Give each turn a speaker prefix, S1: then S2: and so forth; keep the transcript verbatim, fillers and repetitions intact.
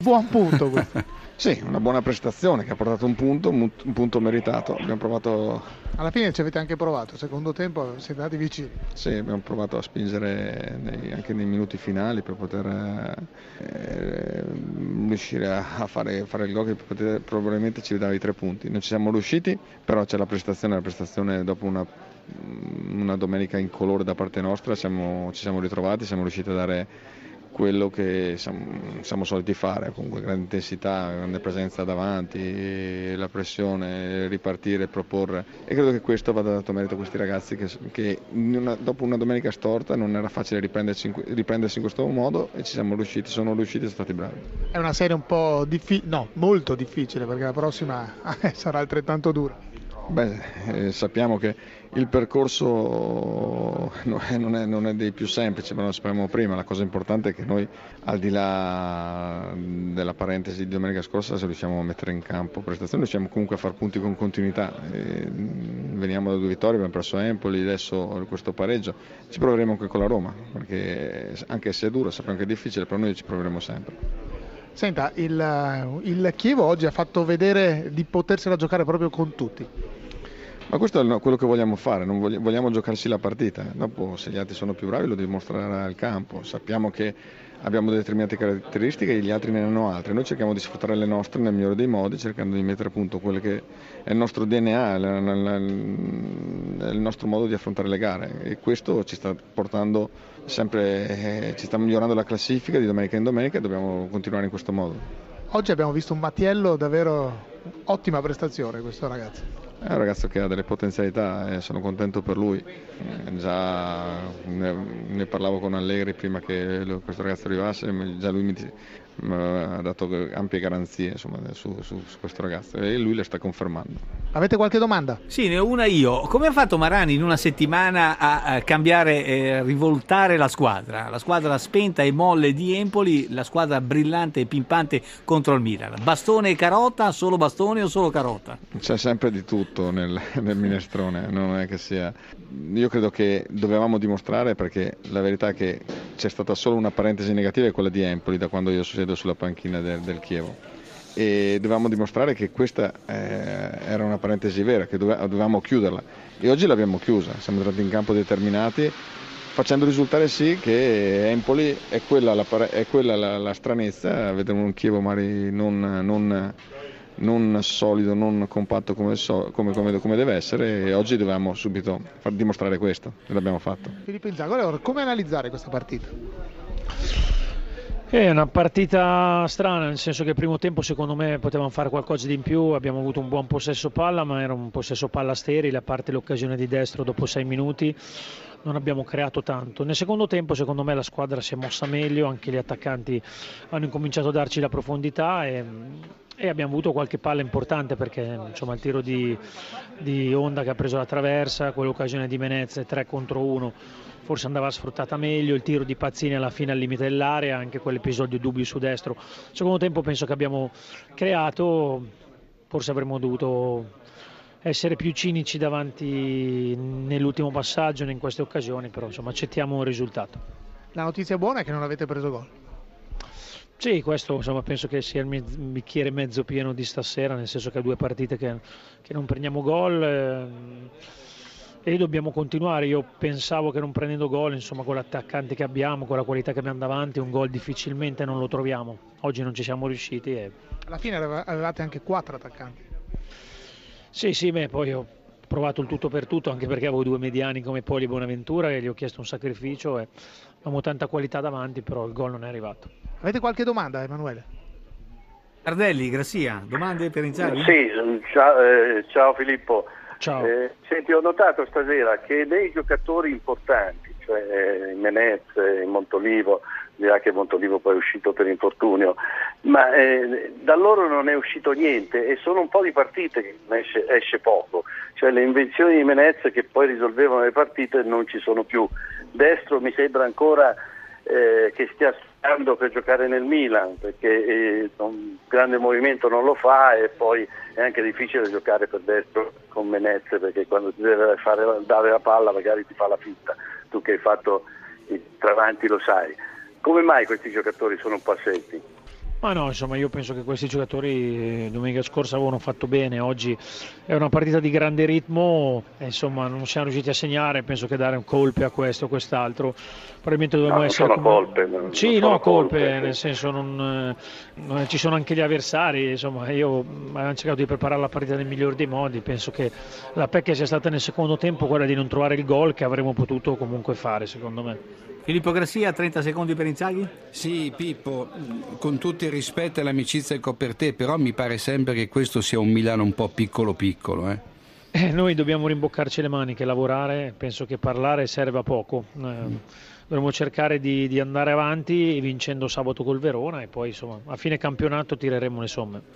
S1: Buon punto questo.
S2: Sì, una buona prestazione che ha portato un punto, un punto meritato. Abbiamo provato.
S1: Alla fine ci avete anche provato, secondo tempo siete andati vicini.
S2: Sì, abbiamo provato a spingere nei, anche nei minuti finali per poter eh, riuscire a, a fare, fare il gol che poter, probabilmente ci dava i tre punti. Non ci siamo riusciti, però c'è la prestazione, la prestazione dopo una, una domenica incolore da parte nostra, siamo, ci siamo ritrovati, siamo riusciti a dare quello che siamo, siamo soliti fare, comunque grande intensità, grande presenza davanti, la pressione, ripartire, proporre, e credo che questo vada dato merito a questi ragazzi che, che una, dopo una domenica storta non era facile riprendersi, riprendersi in questo modo, e ci siamo riusciti, sono riusciti e sono stati bravi.
S1: È una serie un po' difficile, no, molto difficile, perché la prossima sarà altrettanto dura.
S2: Beh, eh, sappiamo che il percorso non è, non, è, non è dei più semplici, ma lo sapevamo prima. La cosa importante è che noi, al di là della parentesi di domenica scorsa, se riusciamo a mettere in campo prestazioni, riusciamo comunque a far punti con continuità. E veniamo da due vittorie, abbiamo perso Empoli, adesso questo pareggio. Ci proveremo anche con la Roma, perché anche se è duro, sappiamo che è difficile, però noi ci proveremo sempre.
S1: Senta, il, il Chievo oggi ha fatto vedere di potersela giocare proprio con tutti.
S2: Ma questo è quello che vogliamo fare, non vogliamo, vogliamo giocarsi la partita, dopo se gli altri sono più bravi lo dimostrerà il campo. Sappiamo che abbiamo determinate caratteristiche e gli altri ne hanno altre, noi cerchiamo di sfruttare le nostre nel migliore dei modi, cercando di mettere a punto quello che è il nostro D N A, il nostro modo di affrontare le gare, e questo ci sta portando sempre, eh, ci sta migliorando la classifica di domenica in domenica, e dobbiamo continuare in questo modo.
S1: Oggi abbiamo visto un Mattiello davvero ottima prestazione, questo ragazzo.
S2: È un ragazzo che ha delle potenzialità e sono contento per lui. Eh, già ne, ne parlavo con Allegri prima che lo, questo ragazzo arrivasse, già lui mi, mi ha dato ampie garanzie, insomma, su, su, su questo ragazzo, e lui le sta confermando.
S1: Avete qualche domanda?
S3: Sì, ne ho una io. Come ha fatto Marani in una settimana a, a cambiare, eh, rivoltare la squadra? La squadra spenta e molle di Empoli, la squadra brillante e pimpante contro il Milan. Bastone e carota, solo bastone o solo carota?
S2: C'è sempre di tutto nel, nel minestrone, non è che sia. Io credo che dovevamo dimostrare, perché la verità è che c'è stata solo una parentesi negativa, è quella di Empoli, da quando io siedo sulla panchina del, del Chievo, e dovevamo dimostrare che questa eh, era una parentesi vera, che dove, dovevamo chiuderla, e oggi l'abbiamo chiusa. Siamo entrati in campo determinati, facendo risultare sì che Empoli è quella la, è quella la, la stranezza, vedere un Chievo magari non, non, non solido, non compatto come, so, come, come, come deve essere, e oggi dovevamo subito far dimostrare questo, e l'abbiamo fatto.
S1: Filippo Inzaghi, come analizzare questa partita?
S4: È una partita strana, nel senso che il primo tempo secondo me potevamo fare qualcosa di in più, abbiamo avuto un buon possesso palla, ma era un possesso palla sterile, a parte l'occasione di Destro dopo sei minuti non abbiamo creato tanto. Nel secondo tempo secondo me la squadra si è mossa meglio, anche gli attaccanti hanno incominciato a darci la profondità, e, e abbiamo avuto qualche palla importante, perché insomma il tiro di, di Onda che ha preso la traversa, quell'occasione di Menezes tre contro uno forse andava sfruttata meglio, il tiro di Pazzini alla fine al limite dell'area, anche quell'episodio dubbio su destro. Secondo tempo penso che abbiamo creato, forse avremmo dovuto essere più cinici davanti nell'ultimo passaggio in queste occasioni, però insomma accettiamo un risultato.
S1: La notizia buona è che non avete preso gol.
S4: Sì, questo insomma penso che sia il bicchiere mezzo pieno di stasera, nel senso che ha due partite che, che non prendiamo gol, eh, e dobbiamo continuare. Io pensavo che non prendendo gol, insomma, con l'attaccante che abbiamo, con la qualità che abbiamo davanti, un gol difficilmente non lo troviamo. Oggi non ci siamo riusciti. E...
S1: alla fine avevate anche quattro attaccanti.
S4: Sì, sì, beh, poi ho provato il tutto per tutto, anche perché avevo due mediani come Poli e Bonaventura, e gli ho chiesto un sacrificio, e abbiamo tanta qualità davanti, però il gol non è arrivato.
S1: Avete qualche domanda, Emanuele?
S3: Ardelli, Grassia, domande per Inzaghi?
S5: Sì, ciao, eh, ciao Filippo.
S4: Ciao.
S5: Eh, senti, ho notato stasera che nei giocatori importanti, cioè Menezes, Montolivo, dirà che Montolivo poi è uscito per infortunio, ma eh, da loro non è uscito niente, e sono un po' di partite che esce, esce poco, cioè le invenzioni di Menezes che poi risolvevano le partite non ci sono più. Destro mi sembra ancora eh, che stia studiando per giocare nel Milan, perché eh, un grande movimento non lo fa, e poi è anche difficile giocare per destro con Menezes, perché quando ti deve fare, dare la palla magari ti fa la finta, tu che hai fatto il travanti lo sai. Come mai questi giocatori sono un po' assenti?
S4: Ma no, insomma, io penso che questi giocatori eh, domenica scorsa avevano fatto bene, oggi è una partita di grande ritmo, e insomma non siamo riusciti a segnare, penso che dare un colpe a questo o quest'altro, probabilmente dovremmo
S5: No, non
S4: essere...
S5: sono
S4: come-
S5: colpe, no, non
S4: Sì,
S5: sono
S4: no, colpe,
S5: colpe,
S4: nel
S5: sì.
S4: senso non, eh, non- ci sono anche gli avversari, insomma, io mm, abbiamo cercato di preparare la partita nel miglior dei modi, penso che la pecca sia stata nel secondo tempo quella di non trovare il gol che avremmo potuto comunque fare, secondo me.
S3: Filippo Grassia, trenta secondi per Inzaghi?
S6: Sì, Pippo, con tutto il rispetto e l'amicizia che ho per te, però mi pare sempre che questo sia un Milano un po' piccolo piccolo, eh.
S4: Eh, noi dobbiamo rimboccarci le maniche, lavorare, penso che parlare serve a poco. Eh, dovremmo cercare di, di andare avanti vincendo sabato col Verona e poi insomma a fine campionato tireremo le somme.